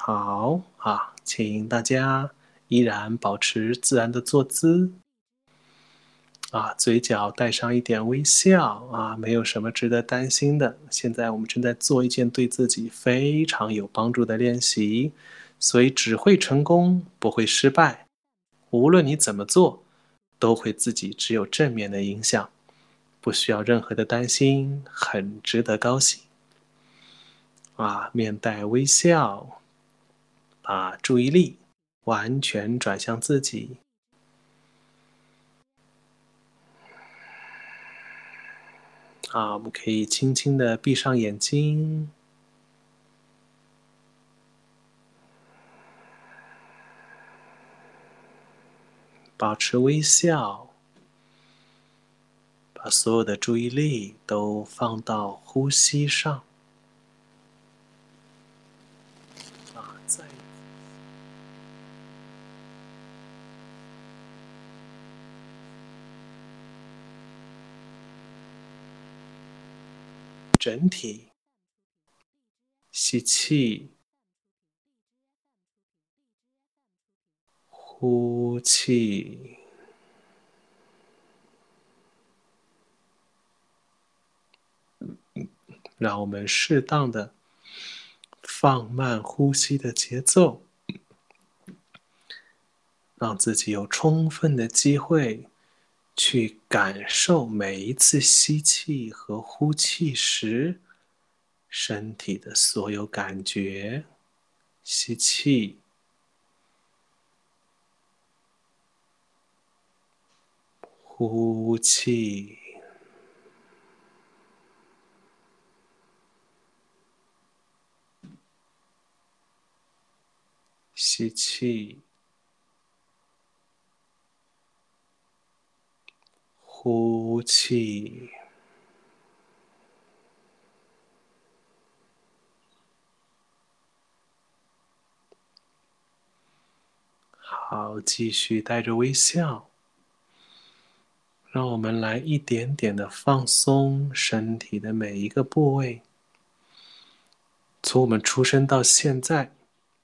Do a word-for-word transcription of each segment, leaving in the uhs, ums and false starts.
好啊，请大家依然保持自然的坐姿啊，嘴角带上一点微笑啊，没有什么值得担心的。现在我们正在做一件对自己非常有帮助的练习，所以只会成功，不会失败。无论你怎么做，都会自己只有正面的影响，不需要任何的担心，很值得高兴。啊，面带微笑，把注意力完全转向自己。啊，我们可以轻轻的闭上眼睛，保持微笑，把所有的注意力都放到呼吸上。啊，再整体吸气，呼气。让我们适当的放慢呼吸的节奏，让自己有充分的机会去感受每一次吸气和呼气时身体的所有感觉。吸气，呼气，吸气，呼气。好，继续带着微笑，让我们来一点点的放松身体的每一个部位。从我们出生到现在，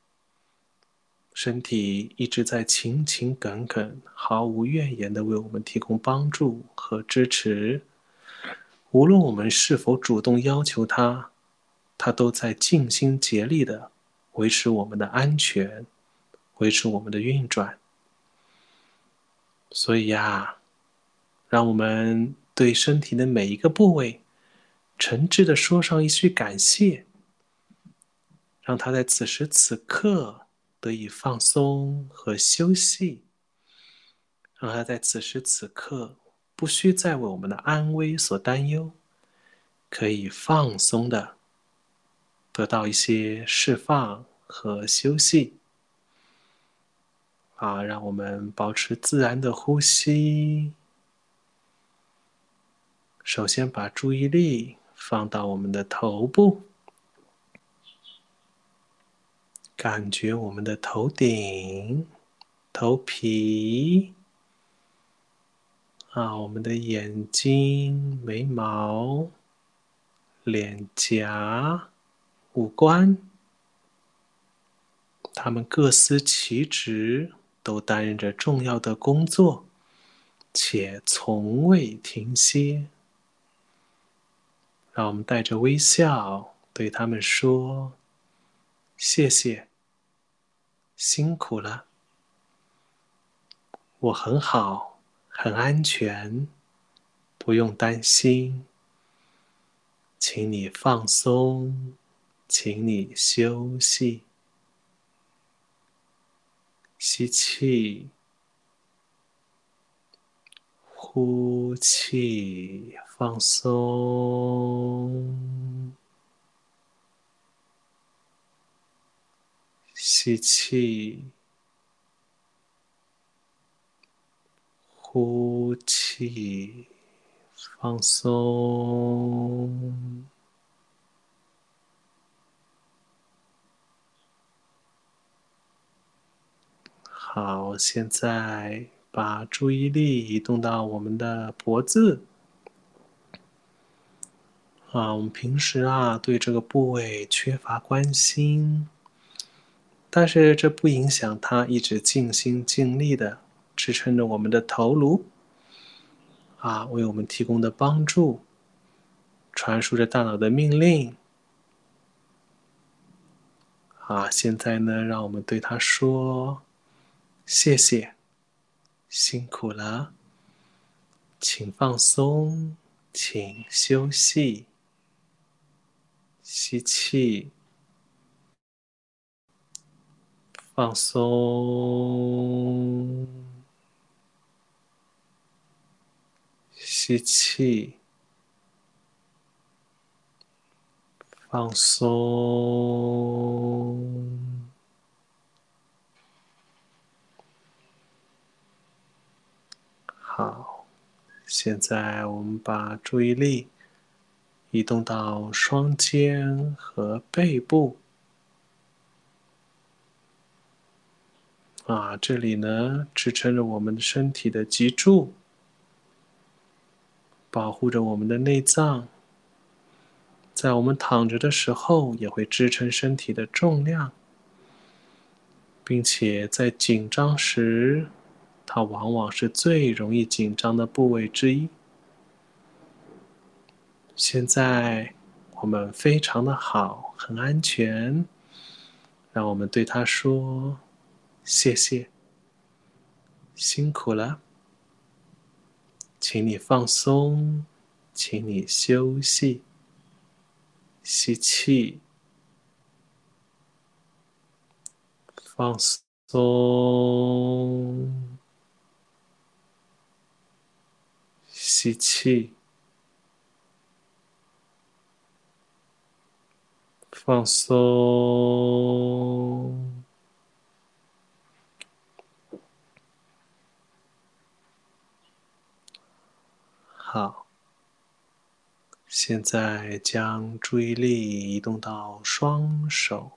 身体一直在勤勤恳恳、毫无怨言地为我们提供帮助和支持。无论我们是否主动要求它，它都在尽心竭力地维持我们的安全，维持我们的运转。所以呀，让我们对身体的每一个部位诚挚地说上一句感谢，让它在此时此刻得以放松和休息，让它在此时此刻不需再为我们的安危所担忧，可以放松的得到一些释放和休息。啊，让我们保持自然的呼吸。首先把注意力放到我们的头部，感觉我们的头顶、头皮，啊，我们的眼睛、眉毛、脸颊、五官，它们各司其职，都担任着重要的工作，且从未停歇。让我们带着微笑对他们说：谢谢，辛苦了，我很好，很安全，不用担心，请你放松，请你休息。吸气，呼气，放松。吸气，呼气，放松。好，现在把注意力移动到我们的脖子。啊，我们平时啊对这个部位缺乏关心， 但是这不影响它一直尽心尽力的支撑着我们的头颅，啊，为我们提供的帮助，传输着大脑的命令。啊，现在呢，让我们对它说：谢谢，辛苦了，请放松，请休息。吸气，放松，吸气，放松。好，现在我们把注意力移动到双肩和背部。啊，这里呢，支撑着我们身体的脊柱，保护着我们的内脏。在我们躺着的时候，也会支撑身体的重量，并且在紧张时，它往往是最容易紧张的部位之一。现在我们非常的好，很安全，让我们对它说：谢谢，辛苦了，请你放松，请你休息。吸气，放松，吸气，放松。好，现在将注意力移动到双手。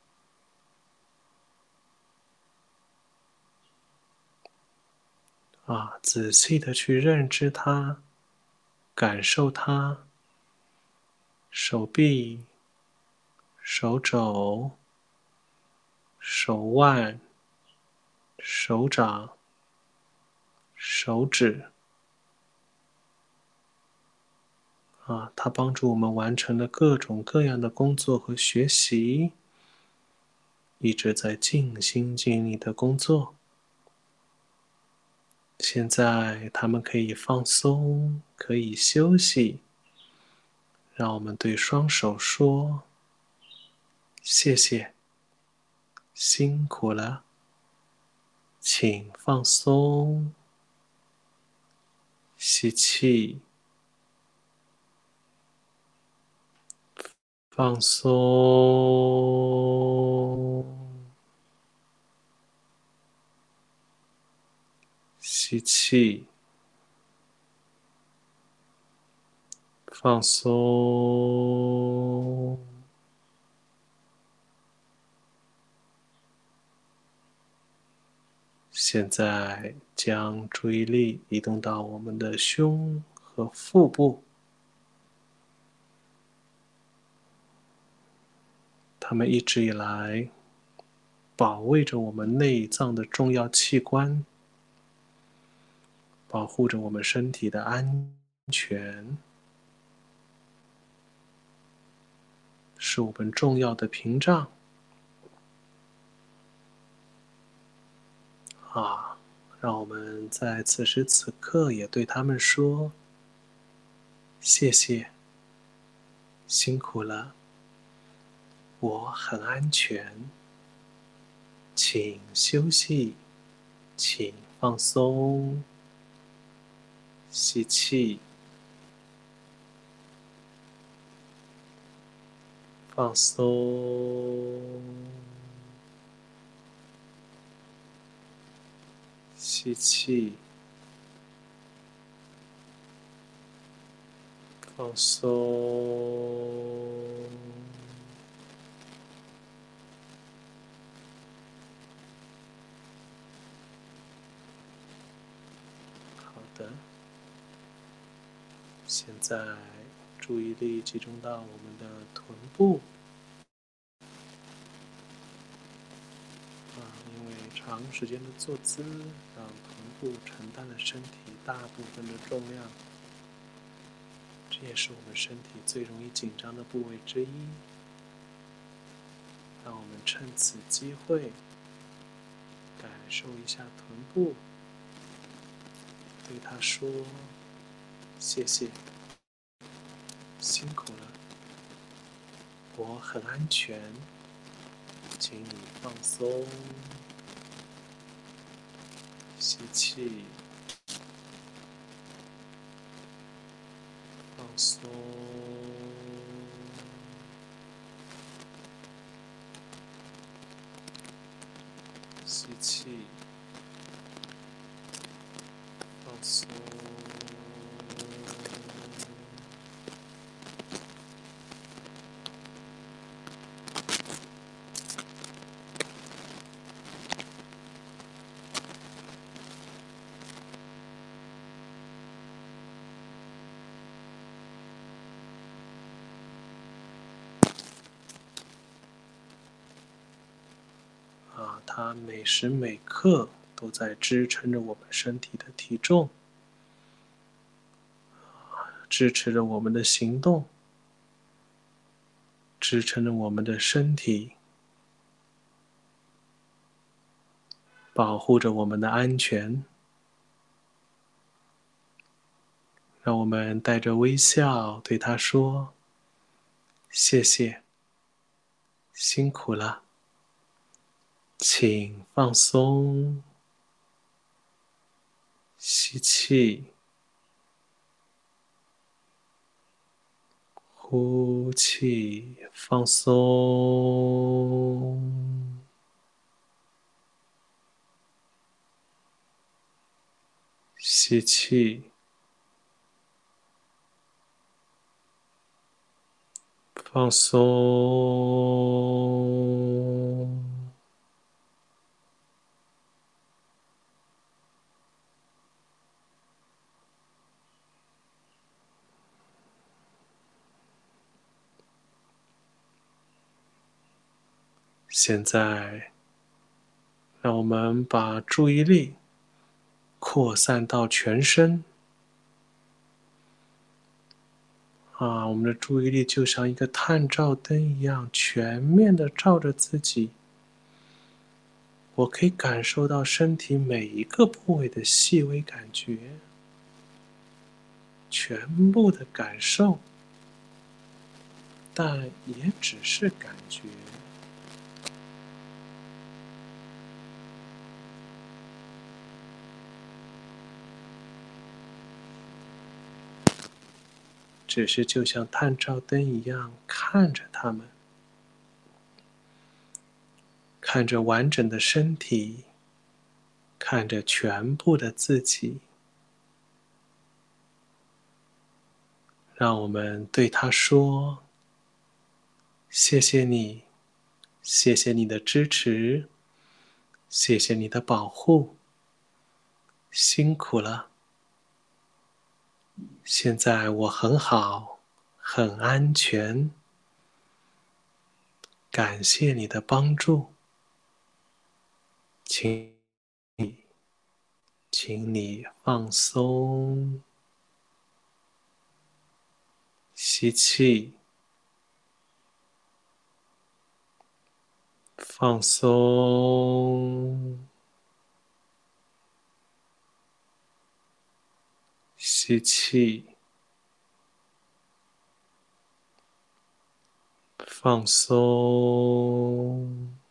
啊，仔细的去认知它，感受它，手臂、手肘、手腕、手掌、手指。啊，它帮助我们完成了各种各样的工作和学习，一直在尽心尽力的工作。现在他们可以放松，可以休息。让我们对双手说：谢谢，辛苦了，请放松。吸气，放松。吸气，放松。现在将注意力移动到我们的胸和腹部，它们一直以来保卫着我们内脏的重要器官，保护着我们身体的安全，是我们重要的屏障。啊，让我们在此时此刻也对他们说：谢谢，辛苦了，我很安全，请休息，请放松。吸气，放松。吸气，放松。好的，现在注意力集中到我们的臀部。 因为长时间的坐姿让臀部承担了身体大部分的重量，这也是我们身体最容易紧张的部位之一。让我们趁此机会感受一下臀部，对它说谢谢，辛苦了，我很安全，请你放松，吸气，放松，吸气，放松。啊，它每时每刻都在支撑着我们身体的体重，支持着我们的行动，支撑着我们的身体，保护着我们的安全。让我们带着微笑对它说：“谢谢，辛苦了，请放松，吸气，呼气，放松，吸气。”放松，现在，让我们把注意力扩散到全身。啊，我们的注意力就像一个探照灯一样，全面的照着自己。我可以感受到身体每一个部位的细微感觉，全部的感受，但也只是感觉。只是就像探照灯一样看着它们，看着完整的身体，看着全部的自己，让我们对他说：“谢谢你，谢谢你的支持，谢谢你的保护，辛苦了。现在我很好，很安全。感谢你的帮助，请你，请你放松，吸气，放松，吸气，放松。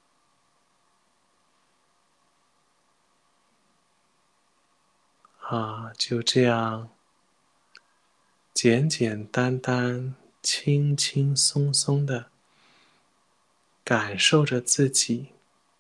啊，就这样，简简单单、轻轻松松的感受着自己，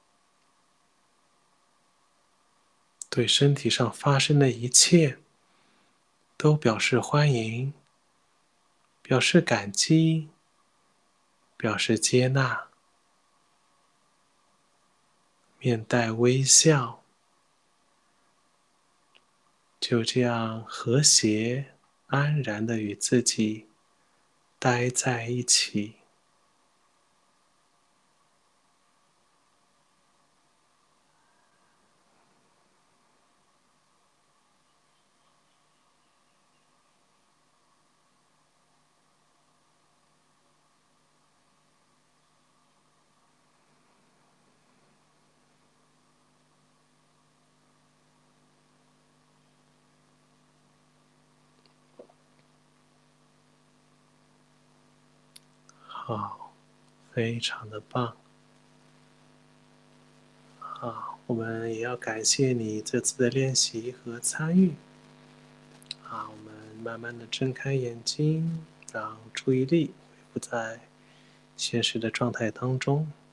对身体上发生的一切都表示欢迎，表示感激，表示接纳，面带微笑，就这样和谐、安然的与自己待在一起。 好，非常的棒。好，我们也要感谢你这次的练习和参与。好，我们慢慢的睁开眼睛，让注意力恢复在现实的状态当中。